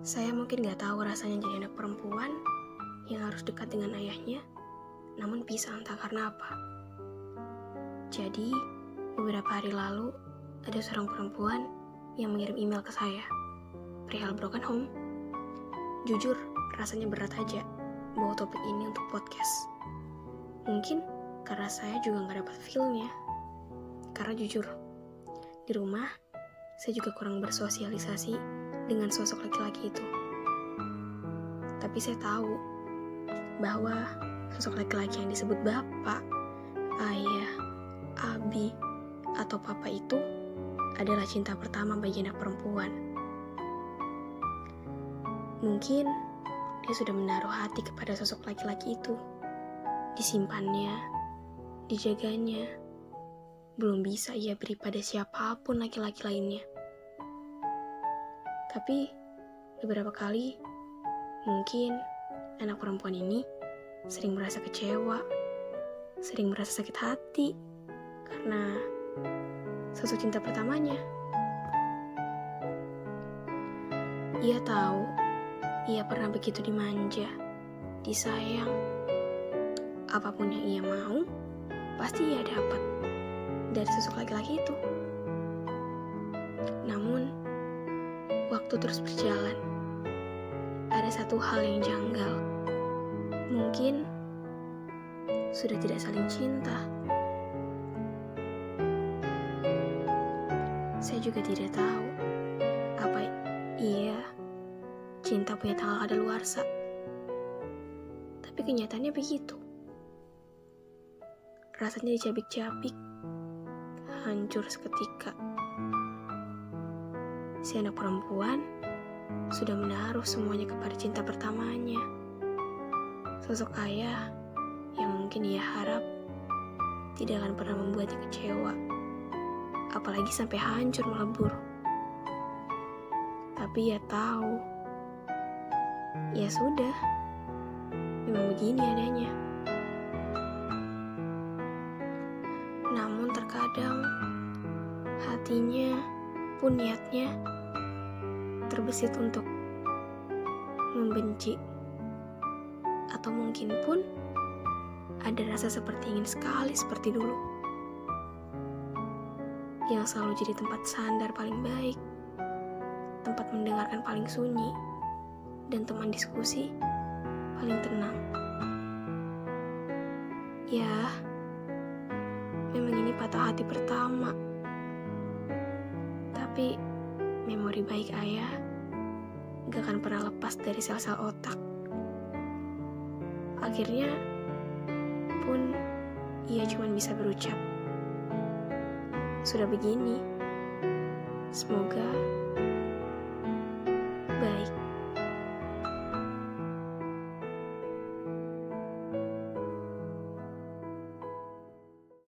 Saya mungkin gak tahu rasanya jadi anak perempuan yang harus dekat dengan ayahnya, namun pisah entah karena apa. Jadi, beberapa hari lalu, ada seorang perempuan yang mengirim email ke saya, perihal broken home. Jujur, rasanya berat aja bawa topik ini untuk podcast. Mungkin karena saya juga gak dapat feel-nya. Karena jujur, di rumah, saya juga kurang bersosialisasi dengan sosok laki-laki itu. Tapi saya tahu bahwa sosok laki-laki yang disebut bapak, ayah, abi, atau papa itu adalah cinta pertama bagi anak perempuan. Mungkin dia sudah menaruh hati kepada sosok laki-laki itu, disimpannya, dijaganya. Belum bisa ia beri pada siapapun laki-laki lainnya. Tapi beberapa kali mungkin anak perempuan ini sering merasa kecewa, sering merasa sakit hati karena sosok cinta pertamanya. Ia tahu ia pernah begitu dimanja, disayang. Apapun yang ia mau, pasti ia dapat dari sosok laki-laki itu. Namun, waktu terus berjalan. Ada satu hal yang janggal. Mungkin sudah tidak saling cinta. Saya juga tidak tahu apa iya cinta punya tanggal kadaluarsa. Tapi kenyataannya begitu. Rasanya dicabik-cabik, hancur seketika. Si anak perempuan sudah menaruh semuanya kepada cinta pertamanya. Sosok ayah yang mungkin ia harap tidak akan pernah membuatnya kecewa, apalagi sampai hancur melebur. Tapi ia tahu, ya sudah, memang begini adanya. Namun terkadang hatinya pun niatnya terbesit untuk membenci, atau mungkin pun ada rasa seperti ingin sekali seperti dulu, yang selalu jadi tempat sandar paling baik, tempat mendengarkan paling sunyi, dan teman diskusi paling tenang. Ya, memang ini patah hati pertama, tapi memori baik ayah gak akan pernah lepas dari sel-sel otak. Akhirnya pun ia cuma bisa berucap, sudah begini, semoga baik.